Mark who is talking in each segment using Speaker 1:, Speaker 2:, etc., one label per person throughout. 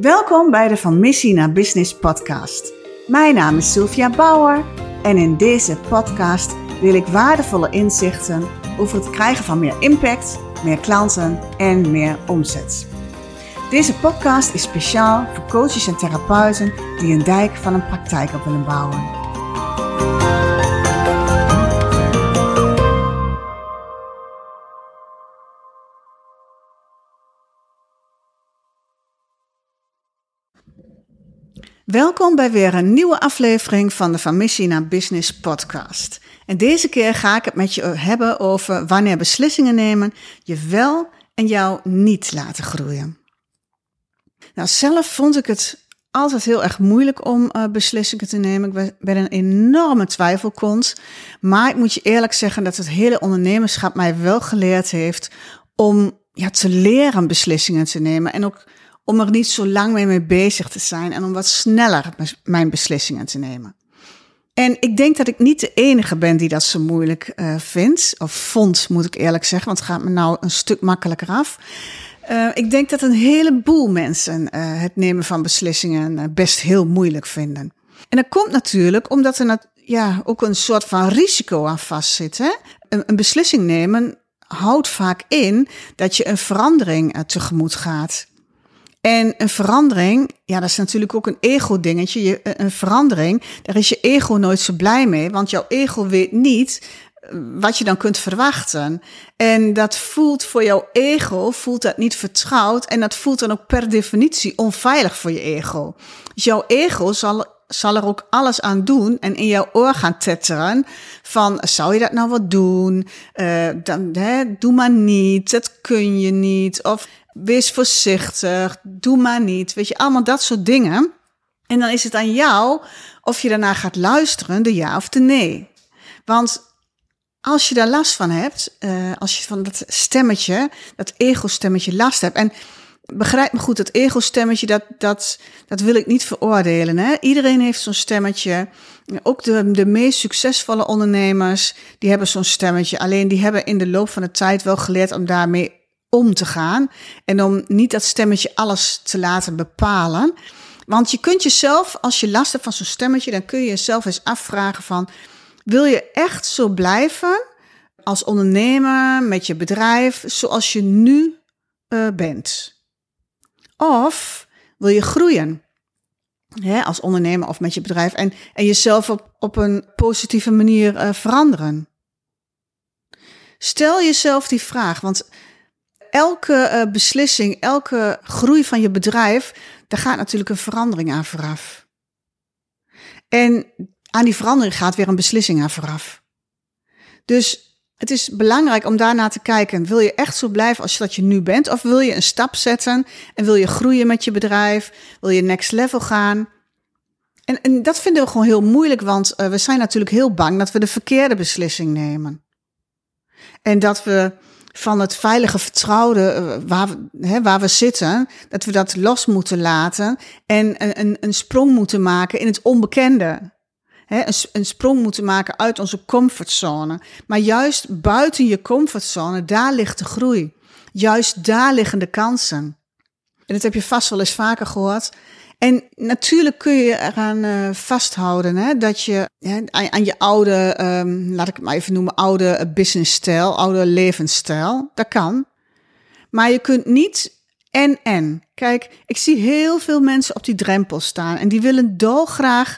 Speaker 1: Welkom bij de Van Missie naar Business podcast. Mijn naam is Sylvia Bauer en in deze podcast deel ik waardevolle inzichten over het krijgen van meer impact, meer klanten en meer omzet. Deze podcast is speciaal voor coaches en therapeuten die een dijk van een praktijk op willen bouwen. Welkom bij weer een nieuwe aflevering van de Van Missie naar Business podcast. En deze keer ga ik het met je hebben over wanneer beslissingen nemen je wel en jou niet laten groeien. Nou, zelf vond ik het altijd heel erg moeilijk om beslissingen te nemen. Ik ben een enorme twijfelkont. Maar ik moet je eerlijk zeggen dat het hele ondernemerschap mij wel geleerd heeft om te leren beslissingen te nemen. En ook om er niet zo lang mee bezig te zijn en om wat sneller mijn beslissingen te nemen. En ik denk dat ik niet de enige ben die dat zo moeilijk vindt. Of vond, moet ik eerlijk zeggen, want het gaat me nou een stuk makkelijker af. Ik denk dat een heleboel mensen het nemen van beslissingen best heel moeilijk vinden. En dat komt natuurlijk omdat er ook een soort van risico aan vastzit. Hè? Een beslissing nemen houdt vaak in dat je een verandering tegemoet gaat. En een verandering, dat is natuurlijk ook een ego-dingetje. Een verandering, daar is je ego nooit zo blij mee. Want jouw ego weet niet wat je dan kunt verwachten. En dat voelt voor jouw ego, voelt dat niet vertrouwd. En dat voelt dan ook per definitie onveilig voor je ego. Dus jouw ego zal er ook alles aan doen en in jouw oor gaan tetteren van, zou je dat nou wat doen? Doe maar niet, dat kun je niet. Of wees voorzichtig, doe maar niet. Weet je, allemaal dat soort dingen. En dan is het aan jou of je daarna gaat luisteren, de ja of de nee. Want als je daar last van hebt, als je van dat stemmetje, dat ego-stemmetje last hebt. En begrijp me goed, dat ego-stemmetje, dat wil ik niet veroordelen. Hè? Iedereen heeft zo'n stemmetje. Ook de meest succesvolle ondernemers, die hebben zo'n stemmetje. Alleen die hebben in de loop van de tijd wel geleerd om daarmee om te gaan. En om niet dat stemmetje alles te laten bepalen. Want je kunt jezelf, als je last hebt van zo'n stemmetje, dan kun je jezelf eens afvragen van, wil je echt zo blijven als ondernemer met je bedrijf zoals je nu bent? Of wil je groeien als ondernemer of met je bedrijf en jezelf op een positieve manier veranderen? Stel jezelf die vraag, want elke beslissing, elke groei van je bedrijf, daar gaat natuurlijk een verandering aan vooraf. En aan die verandering gaat weer een beslissing aan vooraf. Dus het is belangrijk om daarna te kijken, wil je echt zo blijven als dat je nu bent? Of wil je een stap zetten en wil je groeien met je bedrijf? Wil je next level gaan? En dat vinden we gewoon heel moeilijk, want we zijn natuurlijk heel bang dat we de verkeerde beslissing nemen. En dat we van het veilige vertrouwde waar we zitten, dat we dat los moeten laten en een sprong moeten maken in het onbekende. Een sprong moeten maken uit onze comfortzone. Maar juist buiten je comfortzone, daar ligt de groei. Juist daar liggen de kansen. En dat heb je vast wel eens vaker gehoord. En natuurlijk kun je eraan vasthouden, dat je aan je oude, laat ik het maar even noemen, oude businessstijl, oude levensstijl. Dat kan. Maar je kunt niet en. Kijk, ik zie heel veel mensen op die drempel staan en die willen dolgraag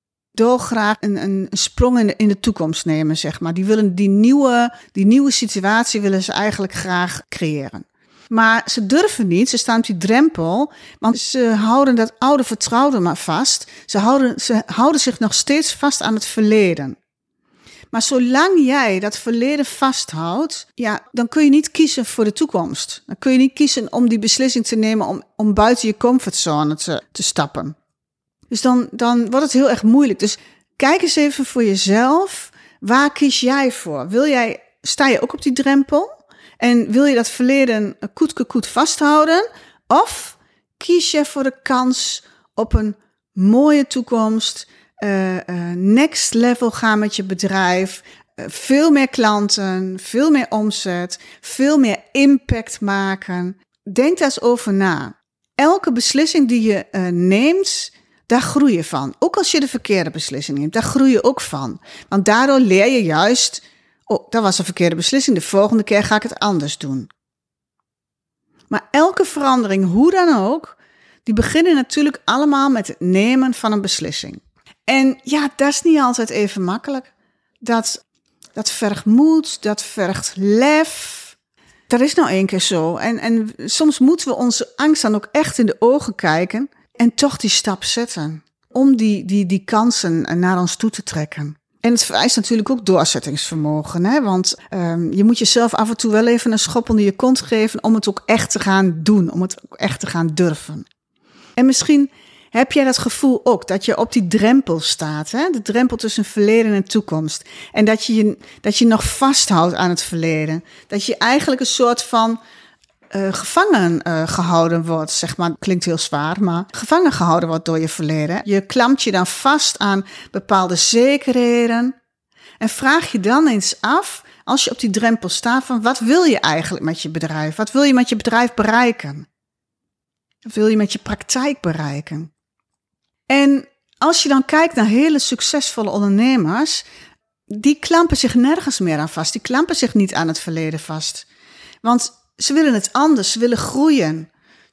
Speaker 1: een sprong in de toekomst nemen, zeg maar. Die willen die nieuwe situatie willen ze eigenlijk graag creëren. Maar ze durven niet, ze staan op die drempel, want ze houden dat oude vertrouwde maar vast. Ze houden zich nog steeds vast aan het verleden. Maar zolang jij dat verleden vasthoudt, dan kun je niet kiezen voor de toekomst. Dan kun je niet kiezen om die beslissing te nemen om buiten je comfortzone te stappen. Dus dan wordt het heel erg moeilijk. Dus kijk eens even voor jezelf, waar kies jij voor? Sta je ook op die drempel? En wil je dat verleden koet vasthouden? Of kies je voor de kans op een mooie toekomst, next level gaan met je bedrijf, veel meer klanten, veel meer omzet, veel meer impact maken? Denk daar eens over na. elke beslissing die je neemt, daar groei je van. Ook als je de verkeerde beslissing neemt, daar groei je ook van. Want daardoor leer je juist, dat was een verkeerde beslissing, de volgende keer ga ik het anders doen. Maar elke verandering, hoe dan ook, die beginnen natuurlijk allemaal met het nemen van een beslissing. En ja, dat is niet altijd even makkelijk. Dat vergt moed, dat vergt lef. Dat is nou één keer zo. En soms moeten we onze angst dan ook echt in de ogen kijken en toch die stap zetten. Om die kansen naar ons toe te trekken. En het vereist natuurlijk ook doorzettingsvermogen. Hè? Want je moet jezelf af en toe wel even een schop onder je kont geven om het ook echt te gaan doen. Om het ook echt te gaan durven. En misschien heb jij dat gevoel ook, dat je op die drempel staat. Hè? De drempel tussen verleden en toekomst. En dat je nog vasthoudt aan het verleden. Dat je eigenlijk een soort van gevangen gehouden wordt. Zeg maar, klinkt heel zwaar, maar gevangen gehouden wordt door je verleden. Je klampt je dan vast aan bepaalde zekerheden. En vraag je dan eens af, als je op die drempel staat, van wat wil je eigenlijk met je bedrijf? Wat wil je met je bedrijf bereiken? Wat wil je met je praktijk bereiken? En als je dan kijkt naar hele succesvolle ondernemers, die klampen zich nergens meer aan vast. Die klampen zich niet aan het verleden vast. Want ze willen het anders, ze willen groeien.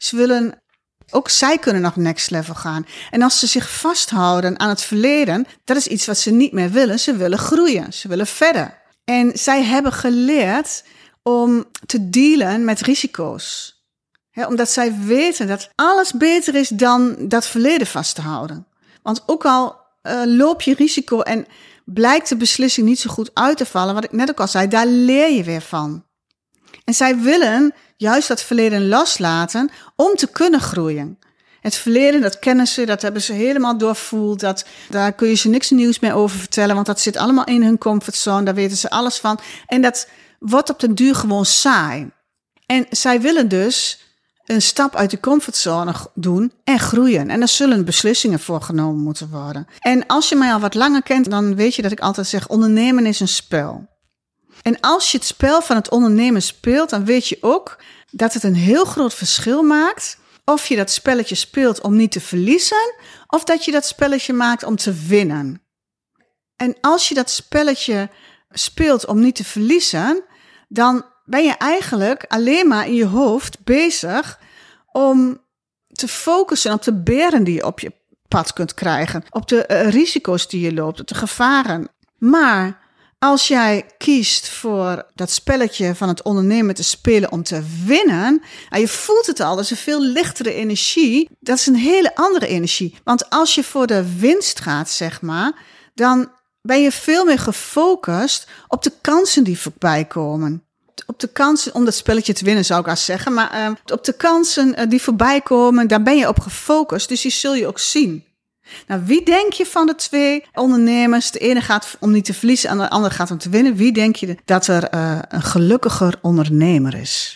Speaker 1: Ook zij kunnen nog next level gaan. En als ze zich vasthouden aan het verleden, dat is iets wat ze niet meer willen. Ze willen groeien, ze willen verder. En zij hebben geleerd om te dealen met risico's. Omdat zij weten dat alles beter is dan dat verleden vast te houden. Want ook al loop je risico en blijkt de beslissing niet zo goed uit te vallen, wat ik net ook al zei, daar leer je weer van. En zij willen juist dat verleden loslaten om te kunnen groeien. Het verleden, dat kennen ze, dat hebben ze helemaal doorvoeld. Daar kun je ze niks nieuws meer over vertellen, want dat zit allemaal in hun comfortzone. Daar weten ze alles van. En dat wordt op den duur gewoon saai. En zij willen dus een stap uit de comfortzone doen en groeien. En daar zullen beslissingen voor genomen moeten worden. En als je mij al wat langer kent, dan weet je dat ik altijd zeg, ondernemen is een spel. En als je het spel van het ondernemen speelt, dan weet je ook dat het een heel groot verschil maakt of je dat spelletje speelt om niet te verliezen, of dat je dat spelletje maakt om te winnen. En als je dat spelletje speelt om niet te verliezen, dan ben je eigenlijk alleen maar in je hoofd bezig om te focussen op de beren die je op je pad kunt krijgen, op de risico's die je loopt, op de gevaren. Maar als jij kiest voor dat spelletje van het ondernemen te spelen om te winnen, en je voelt het al, dat is een veel lichtere energie, dat is een hele andere energie. Want als je voor de winst gaat, zeg maar, dan ben je veel meer gefocust op de kansen die voorbij komen. Op de kansen om dat spelletje te winnen, zou ik al zeggen. Maar op de kansen die voorbij komen, daar ben je op gefocust. Dus die zul je ook zien. Nou, wie denk je van de twee ondernemers? De ene gaat om niet te verliezen en de andere gaat om te winnen. Wie denk je dat er een gelukkiger ondernemer is?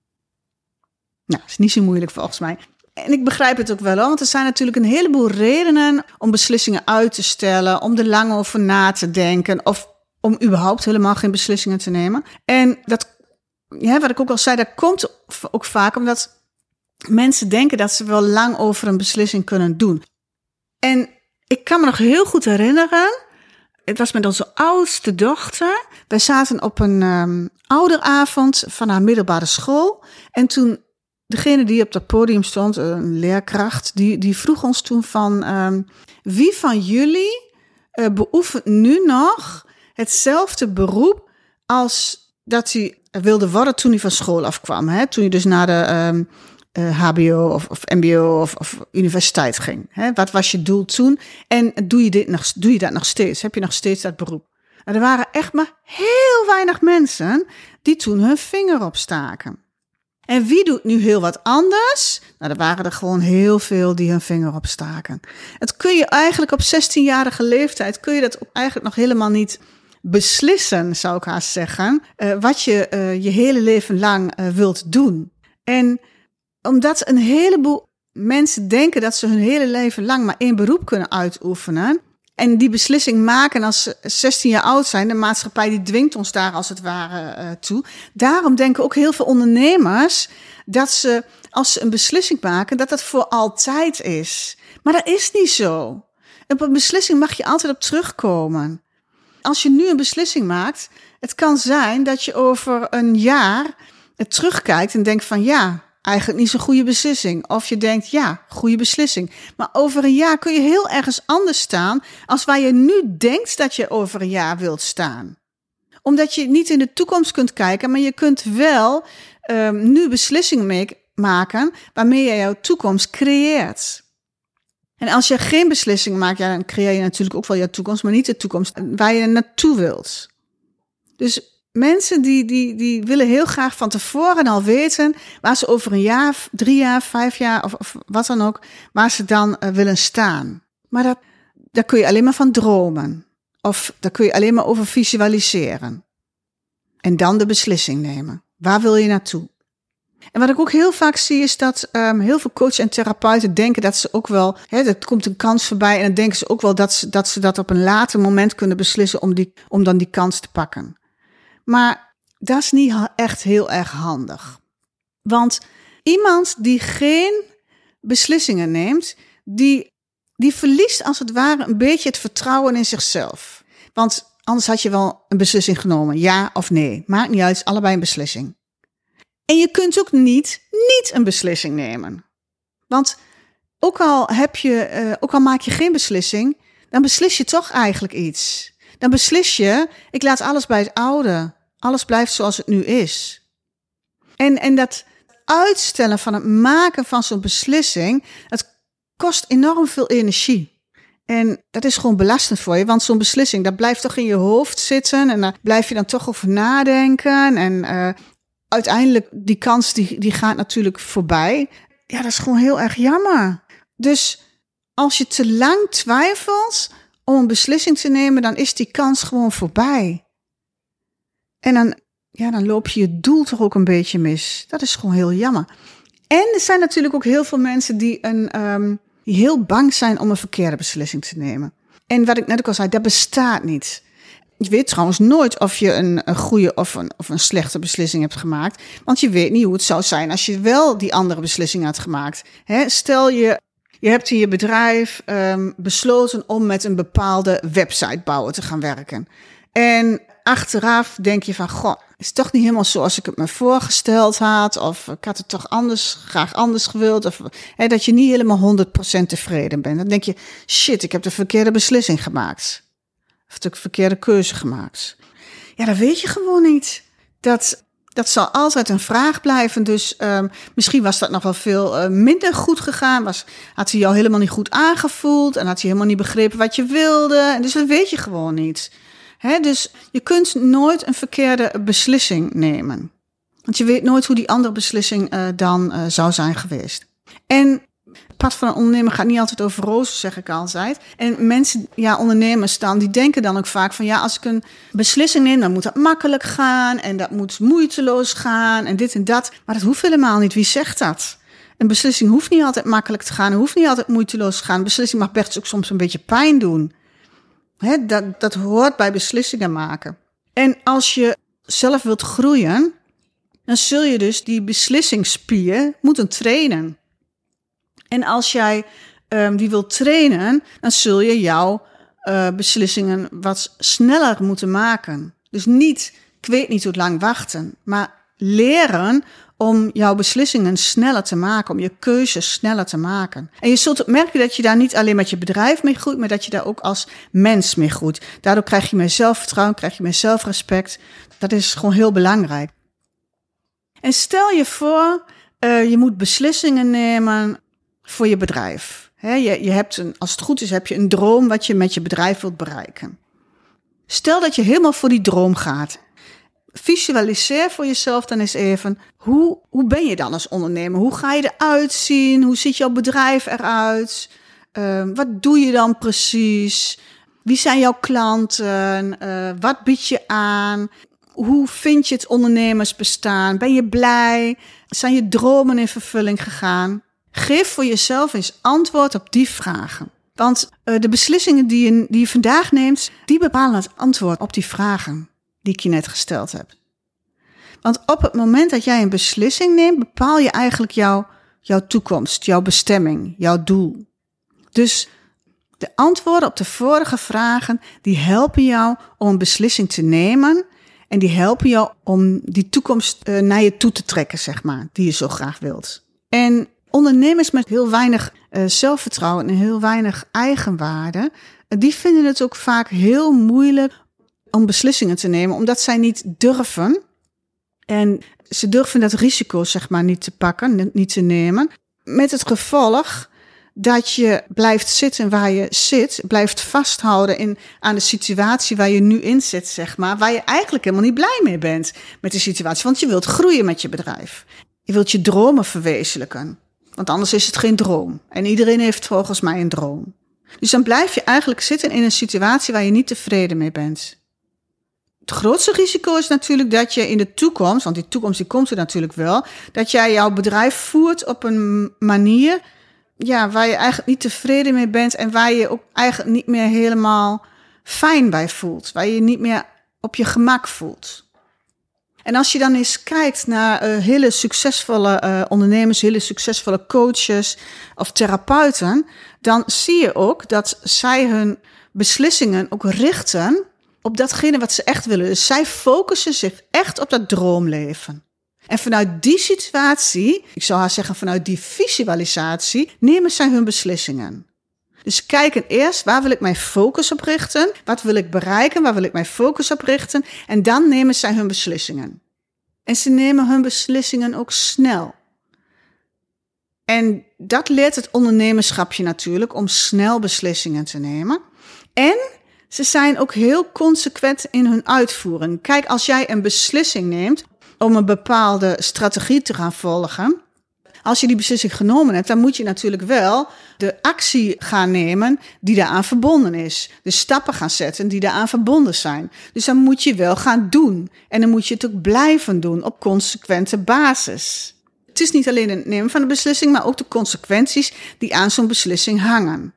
Speaker 1: Nou, dat is niet zo moeilijk volgens mij. En ik begrijp het ook wel, want er zijn natuurlijk een heleboel redenen om beslissingen uit te stellen, om er lang over na te denken of om überhaupt helemaal geen beslissingen te nemen. En dat, wat ik ook al zei, dat komt ook vaak omdat mensen denken dat ze wel lang over een beslissing kunnen doen. En ik kan me nog heel goed herinneren, het was met onze oudste dochter. Wij zaten op een ouderavond van haar middelbare school. En toen degene die op dat podium stond, een leerkracht, die vroeg ons toen van, wie van jullie beoefent nu nog hetzelfde beroep als dat hij wilde worden toen hij van school afkwam. Hè? Toen hij dus naar de HBO of MBO of universiteit ging. Hè? Wat was je doel toen? En doe je dat nog steeds? Heb je nog steeds dat beroep? En er waren echt maar heel weinig mensen die toen hun vinger opstaken. En wie doet nu heel wat anders? Nou, er waren er gewoon heel veel die hun vinger opstaken. Het kun je eigenlijk op 16-jarige leeftijd, kun je dat eigenlijk nog helemaal niet beslissen, zou ik haast zeggen, wat je je hele leven lang wilt doen. En omdat een heleboel mensen denken dat ze hun hele leven lang maar één beroep kunnen uitoefenen en die beslissing maken als ze 16 jaar oud zijn, de maatschappij die dwingt ons daar als het ware toe. Daarom denken ook heel veel ondernemers dat ze als ze een beslissing maken, dat voor altijd is. Maar dat is niet zo. Op een beslissing mag je altijd op terugkomen. Als je nu een beslissing maakt, het kan zijn dat je over een jaar het terugkijkt en denkt van ja, eigenlijk niet zo'n goede beslissing. Of je denkt ja, goede beslissing. Maar over een jaar kun je heel ergens anders staan als waar je nu denkt dat je over een jaar wilt staan. Omdat je niet in de toekomst kunt kijken, maar je kunt wel nu beslissingen maken waarmee je jouw toekomst creëert. En als je geen beslissing maakt, ja, dan creëer je natuurlijk ook wel jouw toekomst, maar niet de toekomst waar je naartoe wilt. Dus mensen die willen heel graag van tevoren al weten waar ze over een jaar, 3 jaar, 5 jaar of wat dan ook, waar ze dan willen staan. Maar daar kun je alleen maar van dromen. Of daar kun je alleen maar over visualiseren. En dan de beslissing nemen. Waar wil je naartoe? En wat ik ook heel vaak zie is dat heel veel coaches en therapeuten denken dat ze ook wel, er komt een kans voorbij en dan denken ze ook wel dat ze dat op een later moment kunnen beslissen om dan die kans te pakken. Maar dat is niet echt heel erg handig. Want iemand die geen beslissingen neemt, die verliest als het ware een beetje het vertrouwen in zichzelf. Want anders had je wel een beslissing genomen, ja of nee. Maakt niet uit, het is allebei een beslissing. En je kunt ook niet een beslissing nemen. Want ook al maak je geen beslissing, dan beslis je toch eigenlijk iets. Dan beslis je, ik laat alles bij het oude. Alles blijft zoals het nu is. En dat uitstellen van het maken van zo'n beslissing, het kost enorm veel energie. En dat is gewoon belastend voor je, want zo'n beslissing, dat blijft toch in je hoofd zitten en daar blijf je dan toch over nadenken. En uiteindelijk, die kans die gaat natuurlijk voorbij. Ja, dat is gewoon heel erg jammer. Dus als je te lang twijfelt om een beslissing te nemen, dan is die kans gewoon voorbij. En dan loop je je doel toch ook een beetje mis. Dat is gewoon heel jammer. En er zijn natuurlijk ook heel veel mensen die heel bang zijn om een verkeerde beslissing te nemen. En wat ik net ook al zei, dat bestaat niet. Je weet trouwens nooit of je een goede of een slechte beslissing hebt gemaakt. Want je weet niet hoe het zou zijn als je wel die andere beslissing had gemaakt. Stel je hebt in je bedrijf besloten om met een bepaalde websitebouwer te gaan werken. En achteraf denk je van, goh, is toch niet helemaal zoals ik het me voorgesteld had. Of ik had het toch graag anders gewild. Of dat je niet helemaal 100% tevreden bent. Dan denk je, shit, ik heb de verkeerde beslissing gemaakt. Of de verkeerde keuze gemaakt. Ja, dat weet je gewoon niet. Dat zal altijd een vraag blijven. Dus misschien was dat nog wel veel minder goed gegaan. Had hij jou helemaal niet goed aangevoeld. En had hij helemaal niet begrepen wat je wilde. En dus dat weet je gewoon niet. Dus je kunt nooit een verkeerde beslissing nemen. Want je weet nooit hoe die andere beslissing dan zou zijn geweest. En het pad van een ondernemer gaat niet altijd over rozen, zeg ik altijd. En mensen, ondernemers dan, die denken dan ook vaak van, als ik een beslissing neem, dan moet dat makkelijk gaan. En dat moet moeiteloos gaan en dit en dat. Maar dat hoeft helemaal niet. Wie zegt dat? Een beslissing hoeft niet altijd makkelijk te gaan. Hoeft niet altijd moeiteloos te gaan. Een beslissing mag best ook soms een beetje pijn doen. Dat hoort bij beslissingen maken. En als je zelf wilt groeien, dan zul je dus die beslissingsspier moeten trainen. En als jij die wilt trainen, dan zul je jouw beslissingen wat sneller moeten maken. Dus ik weet niet hoe lang wachten, maar leren om jouw beslissingen sneller te maken, om je keuzes sneller te maken. En je zult merken dat je daar niet alleen met je bedrijf mee groeit, maar dat je daar ook als mens mee groeit. Daardoor krijg je meer zelfvertrouwen, krijg je meer zelfrespect. Dat is gewoon heel belangrijk. En stel je voor, je moet beslissingen nemen voor je bedrijf. Je hebt als het goed is, heb je een droom wat je met je bedrijf wilt bereiken. Stel dat je helemaal voor die droom gaat. Visualiseer voor jezelf dan eens even, hoe ben je dan als ondernemer? Hoe ga je eruit zien? Hoe ziet jouw bedrijf eruit? Wat doe je dan precies? Wie zijn jouw klanten? Wat bied je aan? Hoe vind je het ondernemersbestaan? Ben je blij? Zijn je dromen in vervulling gegaan? Geef voor jezelf eens antwoord op die vragen. Want de beslissingen die je vandaag neemt, die bepalen het antwoord op die vragen die ik je net gesteld heb. Want op het moment dat jij een beslissing neemt, bepaal je eigenlijk jouw jouw toekomst, jouw bestemming, jouw doel. Dus de antwoorden op de vorige vragen, die helpen jou om een beslissing te nemen. En die helpen jou om die toekomst naar je toe te trekken, zeg maar, die je zo graag wilt. En ondernemers met heel weinig zelfvertrouwen en heel weinig eigenwaarde, die vinden het ook vaak heel moeilijk om beslissingen te nemen, omdat zij niet durven. En ze durven dat risico, zeg maar, niet te pakken, niet te nemen. Met het gevolg dat je blijft zitten waar je zit, blijft vasthouden aan de situatie waar je nu in zit, zeg maar, waar je eigenlijk helemaal niet blij mee bent met de situatie. Want je wilt groeien met je bedrijf. Je wilt je dromen verwezenlijken. Want anders is het geen droom. En iedereen heeft volgens mij een droom. Dus dan blijf je eigenlijk zitten in een situatie waar je niet tevreden mee bent. Het grootste risico is natuurlijk dat je in de toekomst, want die toekomst die komt er natuurlijk wel, dat jij jouw bedrijf voert op een manier waar je eigenlijk niet tevreden mee bent en waar je ook eigenlijk niet meer helemaal fijn bij voelt. Waar je je niet meer op je gemak voelt. En als je dan eens kijkt naar hele succesvolle ondernemers, hele succesvolle coaches of therapeuten, dan zie je ook dat zij hun beslissingen ook richten op datgene wat ze echt willen. Dus zij focussen zich echt op dat droomleven. En vanuit die situatie, ik zou haar zeggen vanuit die visualisatie, nemen zij hun beslissingen. Dus kijken eerst, waar wil ik mijn focus op richten? Wat wil ik bereiken? Waar wil ik mijn focus op richten? En dan nemen zij hun beslissingen. En ze nemen hun beslissingen ook snel. En dat leert het ondernemerschapje natuurlijk om snel beslissingen te nemen. En ze zijn ook heel consequent in hun uitvoering. Kijk, als jij een beslissing neemt om een bepaalde strategie te gaan volgen, als je die beslissing genomen hebt, dan moet je natuurlijk wel de actie gaan nemen die daaraan verbonden is. De stappen gaan zetten die daaraan verbonden zijn. Dus dan moet je wel gaan doen. En dan moet je het ook blijven doen op consequente basis. Het is niet alleen het nemen van de beslissing, maar ook de consequenties die aan zo'n beslissing hangen.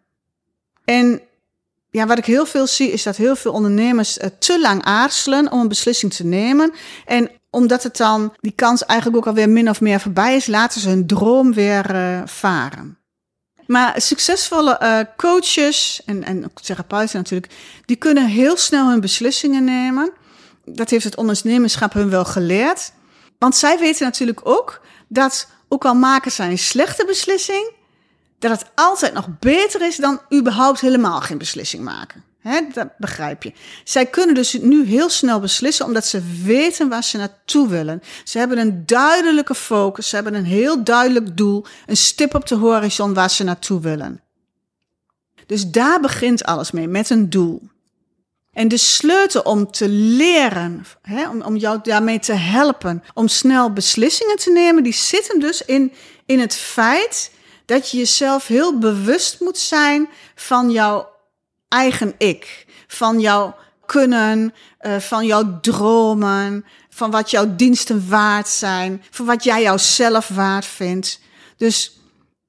Speaker 1: En wat ik heel veel zie, is dat heel veel ondernemers te lang aarzelen om een beslissing te nemen. En omdat het dan die kans eigenlijk ook alweer min of meer voorbij is, laten ze hun droom weer varen. Maar succesvolle coaches en ook therapeuten natuurlijk, die kunnen heel snel hun beslissingen nemen. Dat heeft het ondernemerschap hun wel geleerd. Want zij weten natuurlijk ook dat, ook al maken zij een slechte beslissing, dat het altijd nog beter is dan überhaupt helemaal geen beslissing maken. Dat begrijp je. Zij kunnen dus nu heel snel beslissen, omdat ze weten waar ze naartoe willen. Ze hebben een duidelijke focus, ze hebben een heel duidelijk doel, een stip op de horizon waar ze naartoe willen. Dus daar begint alles mee, met een doel. En de sleutel om te leren, om jou daarmee te helpen, om snel beslissingen te nemen, die zitten dus in het feit dat je jezelf heel bewust moet zijn van jouw eigen ik, van jouw kunnen, van jouw dromen, van wat jouw diensten waard zijn, van wat jij jouzelf waard vindt. Dus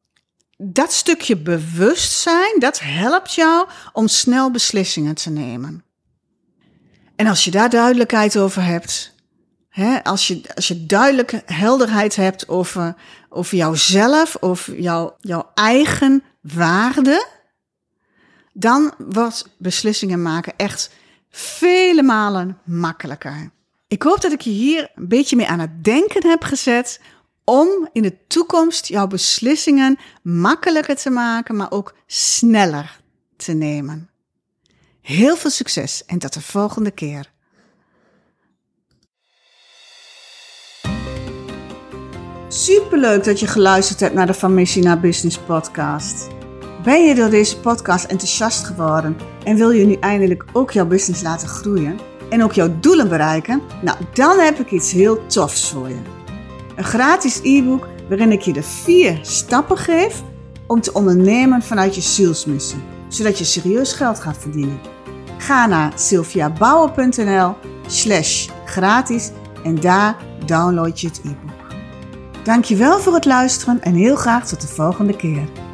Speaker 1: dat stukje bewustzijn, dat helpt jou om snel beslissingen te nemen. En als je daar duidelijkheid over hebt, als je duidelijke helderheid hebt over jouzelf, over jouw eigen waarde, dan wordt beslissingen maken echt vele malen makkelijker. Ik hoop dat ik je hier een beetje mee aan het denken heb gezet om in de toekomst jouw beslissingen makkelijker te maken, maar ook sneller te nemen. Heel veel succes en tot de volgende keer. Superleuk dat je geluisterd hebt naar de Van Missie naar Business podcast. Ben je door deze podcast enthousiast geworden en wil je nu eindelijk ook jouw business laten groeien en ook jouw doelen bereiken? Nou, dan heb ik iets heel tofs voor je. Een gratis e-book waarin ik je de 4 stappen geef om te ondernemen vanuit je zielsmissie, zodat je serieus geld gaat verdienen. Ga naar sylviabouwer.nl/gratis en daar download je het e-book. Dankjewel voor het luisteren en heel graag tot de volgende keer.